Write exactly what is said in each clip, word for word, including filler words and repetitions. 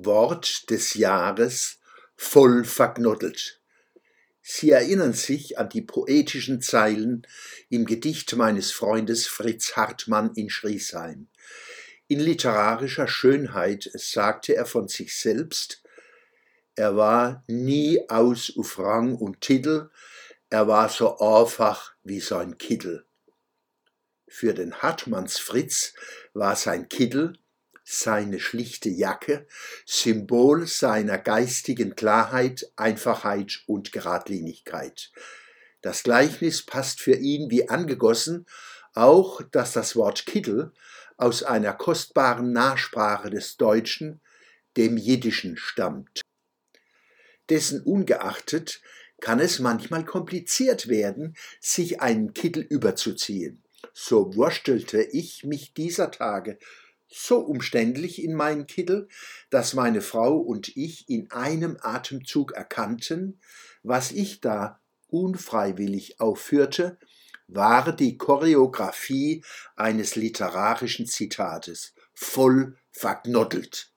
Wort des Jahres voll verknottelt. Sie erinnern sich an die poetischen Zeilen im Gedicht meines Freundes Fritz Hartmann in Schriesheim. In literarischer Schönheit sagte er von sich selbst: Er war nie aus auf Rang und Titel, er war so einfach wie sein Kittel. Für den Hartmanns Fritz war sein Kittel, seine schlichte Jacke, Symbol seiner geistigen Klarheit, Einfachheit und Geradlinigkeit. Das Gleichnis passt für ihn wie angegossen, auch dass das Wort Kittel aus einer kostbaren Nachsprache des Deutschen, dem Jiddischen, stammt. Dessen ungeachtet kann es manchmal kompliziert werden, sich einen Kittel überzuziehen. So wurstelte ich mich dieser Tage so umständlich in meinen Kittel, dass meine Frau und ich in einem Atemzug erkannten, was ich da unfreiwillig aufführte, war die Choreografie eines literarischen Zitates, voll verknottelt.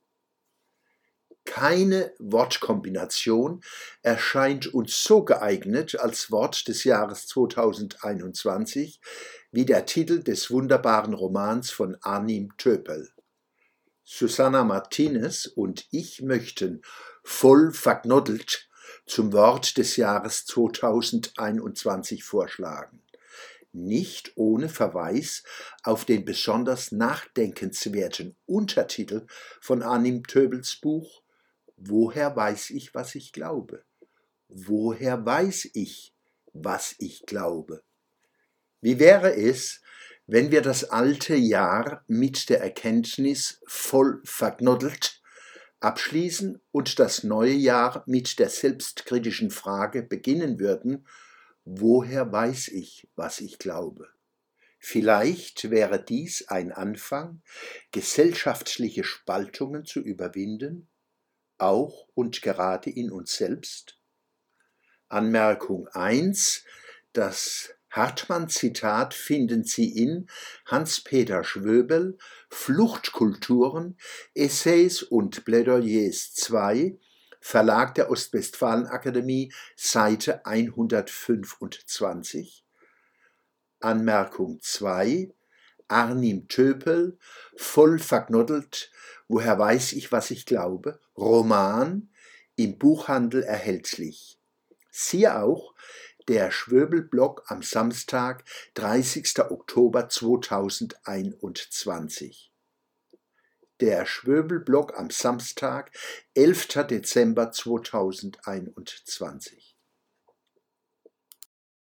Keine Wortkombination erscheint uns so geeignet als Wort des Jahres zweitausendeinundzwanzig wie der Titel des wunderbaren Romans von Arnim Topel. Susanna Martinez und ich möchten voll verknottelt zum Wort des Jahres zweitausendeinundzwanzig vorschlagen. Nicht ohne Verweis auf den besonders nachdenkenswerten Untertitel von Arnim Topels Buch Woher weiß ich, was ich glaube? Woher weiß ich, was ich glaube? Wie wäre es, wenn wir das alte Jahr mit der Erkenntnis voll verknottelt abschließen und das neue Jahr mit der selbstkritischen Frage beginnen würden: Woher weiß ich, was ich glaube? Vielleicht wäre dies ein Anfang, gesellschaftliche Spaltungen zu überwinden, auch und gerade in uns selbst? Anmerkung eins. Das Hartmann-Zitat finden Sie in Hans-Peter Schwöbel, Fluchtkulturen, Essays und Plädoyers zwei, Verlag der Ostwestfalen-Akademie, Seite hundertfünfundzwanzig. Anmerkung zwei. Arnim Topel, voll verknottelt, woher weiß ich, was ich glaube? Roman, im Buchhandel erhältlich. Siehe auch der Schwöbel-Blog am Samstag, dreißigster Oktober zweitausendeinundzwanzig. Der Schwöbel-Blog am Samstag, elfter Dezember zweitausendeinundzwanzig.